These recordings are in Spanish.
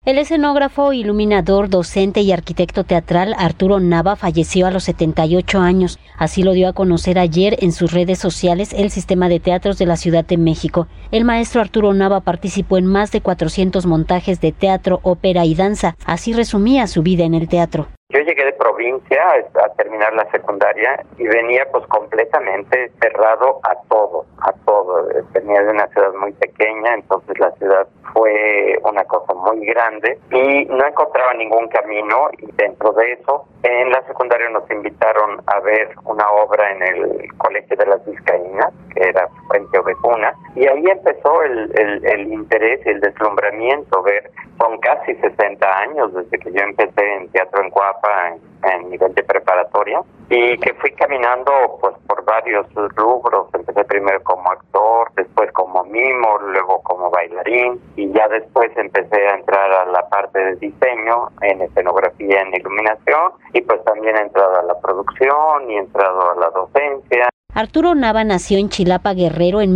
El escenógrafo, iluminador, docente y arquitecto teatral Arturo Nava falleció a los 78 años. Así lo dio a conocer ayer en sus redes sociales el Sistema de Teatros de la Ciudad de México. El maestro Arturo Nava participó en más de 400 montajes de teatro, ópera y danza. Así resumía su vida en el teatro. Yo llegué de provincia a terminar la secundaria y venía pues completamente cerrado a todo. Venía de una ciudad muy pequeña, entonces la ciudad fue una cosa muy grande y no encontraba ningún camino, y dentro de eso en la secundaria nos invitaron a ver una obra en el Colegio de las Vizcaínas, que era Fuente Ovejuna, y ahí empezó el interés y el deslumbramiento. Son casi 60 años desde que yo empecé en teatro en Coapa en nivel de preparatoria, y que fui caminando pues por varios rubros. Empecé primero como actor, después como mimo, luego como bailarín, y ya después empecé a entrar a la parte de diseño, en escenografía, en iluminación, y pues también he entrado a la producción y he entrado a la docencia. Arturo Nava nació en Chilapa, Guerrero, en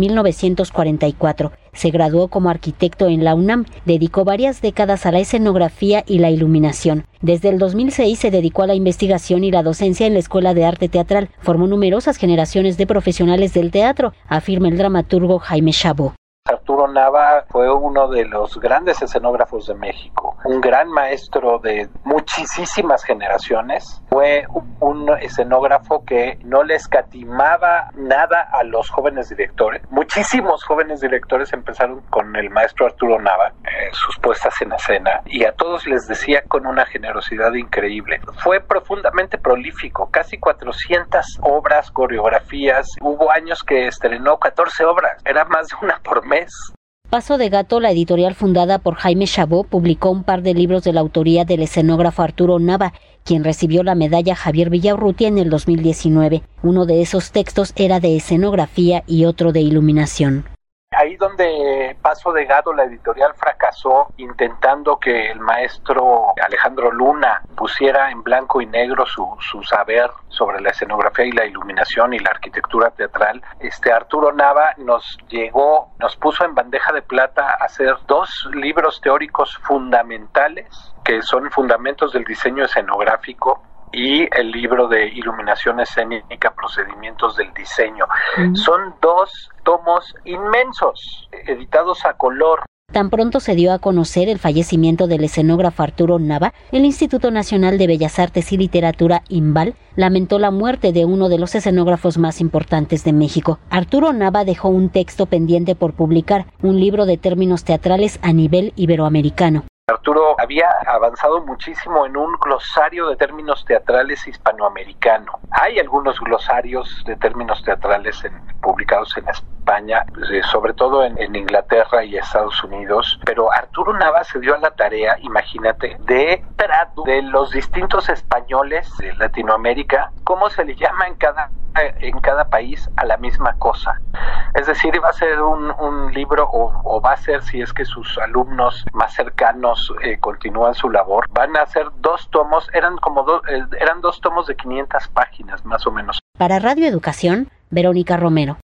1944. Se graduó como arquitecto en la UNAM. Dedicó varias décadas a la escenografía y la iluminación. Desde el 2006 se dedicó a la investigación y la docencia en la Escuela de Arte Teatral. Formó numerosas generaciones de profesionales del teatro, afirma el dramaturgo Jaime Chabot. Arturo Nava fue uno de los grandes escenógrafos de México, un gran maestro de muchísimas generaciones. Fue un escenógrafo que no le escatimaba nada a los jóvenes directores. Muchísimos jóvenes directores empezaron con el maestro Arturo Nava, sus puestas en escena, y a todos les decía con una generosidad increíble. Fue profundamente prolífico, casi 400 obras, coreografías. Hubo años que estrenó 14 obras, era más de una por mes. Paso de Gato, la editorial fundada por Jaime Chabot, publicó un par de libros de la autoría del escenógrafo Arturo Nava, quien recibió la medalla Javier Villaurrutia en el 2019. Uno de esos textos era de escenografía y otro de iluminación. Ahí donde Paso de Gato, la editorial, fracasó intentando que el maestro Alejandro Luna pusiera en blanco y negro su saber sobre la escenografía y la iluminación y la arquitectura teatral, Arturo Nava nos puso en bandeja de plata a hacer 2 libros teóricos fundamentales, que son Fundamentos del Diseño Escenográfico y el libro de Iluminación Escénica, Procedimientos del Diseño. Son 2 tomos inmensos, editados a color. Tan pronto se dio a conocer el fallecimiento del escenógrafo Arturo Nava, el Instituto Nacional de Bellas Artes y Literatura, INBAL, lamentó la muerte de uno de los escenógrafos más importantes de México. Arturo Nava dejó un texto pendiente por publicar, un libro de términos teatrales a nivel iberoamericano. Arturo había avanzado muchísimo en un glosario de términos teatrales hispanoamericano. Hay algunos glosarios de términos teatrales publicados en España, sobre todo en Inglaterra y Estados Unidos, pero Arturo Nava se dio a la tarea, imagínate, de los distintos españoles de Latinoamérica, cómo se le llama en cada país a la misma cosa. Es decir, iba a ser un libro, o va a ser, si es que sus alumnos más cercanos continúan su labor, van a ser 2 tomos, eran 2 tomos de 500 páginas más o menos. Para Radio Educación, Verónica Romero.